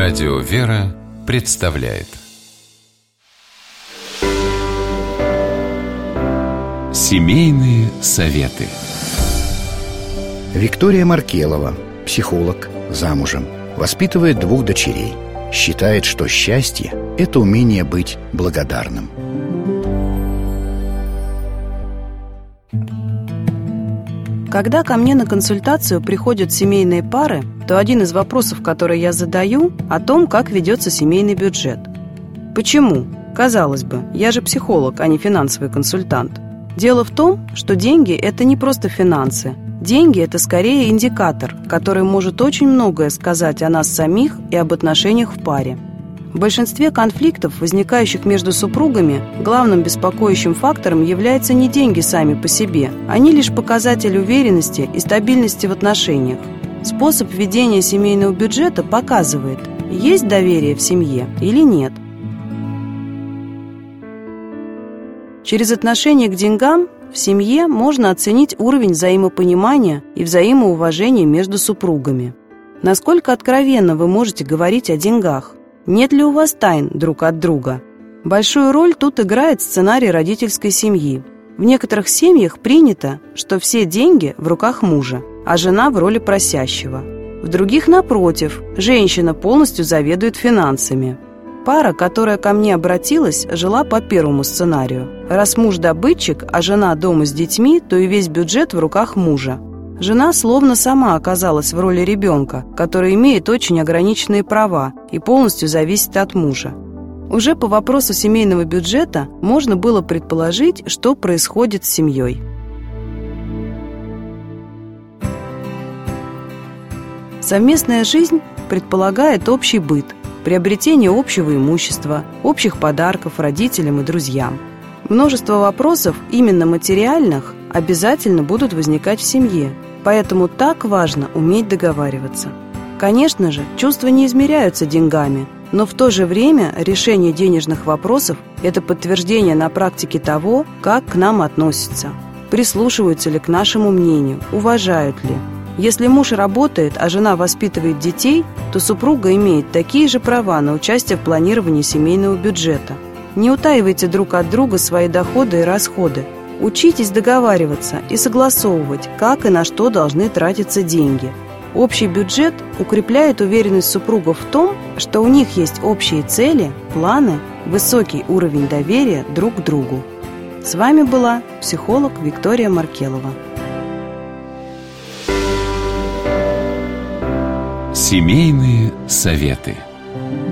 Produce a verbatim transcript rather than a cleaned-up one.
Радио «Вера» представляет Семейные советы. Виктория Маркелова, психолог, замужем, воспитывает двух дочерей. Считает, что счастье – это умение быть благодарным. Когда ко мне на консультацию приходят семейные пары, то один из вопросов, который я задаю, о том, как ведется семейный бюджет. Почему? Казалось бы, я же психолог, а не финансовый консультант. Дело в том, что деньги – это не просто финансы. Деньги – это скорее индикатор, который может очень многое сказать о нас самих и об отношениях в паре. В большинстве конфликтов, возникающих между супругами, главным беспокоящим фактором являются не деньги сами по себе. Они лишь показатель уверенности и стабильности в отношениях. Способ ведения семейного бюджета показывает, есть доверие в семье или нет. Через отношение к деньгам в семье можно оценить уровень взаимопонимания и взаимоуважения между супругами. Насколько откровенно вы можете говорить о деньгах? Нет ли у вас тайн друг от друга? Большую роль тут играет сценарий родительской семьи. В некоторых семьях принято, что все деньги в руках мужа, а жена в роли просящего. В других, напротив, женщина полностью заведует финансами. Пара, которая ко мне обратилась, жила по первому сценарию. Раз муж добытчик, а жена дома с детьми, то и весь бюджет в руках мужа. Жена словно сама оказалась в роли ребенка, который имеет очень ограниченные права и полностью зависит от мужа. Уже по вопросу семейного бюджета можно было предположить, что происходит с семьей. Совместная жизнь предполагает общий быт, приобретение общего имущества, общих подарков родителям и друзьям. Множество вопросов, именно материальных, обязательно будут возникать в семье, поэтому так важно уметь договариваться. Конечно же, чувства не измеряются деньгами, но в то же время решение денежных вопросов – это подтверждение на практике того, как к нам относятся, прислушиваются ли к нашему мнению, уважают ли. Если муж работает, а жена воспитывает детей, то супруга имеет такие же права на участие в планировании семейного бюджета. Не утаивайте друг от друга свои доходы и расходы. Учитесь договариваться и согласовывать, как и на что должны тратиться деньги. Общий бюджет укрепляет уверенность супругов в том, что у них есть общие цели, планы, высокий уровень доверия друг к другу. С вами была психолог Виктория Маркелова. Семейные советы.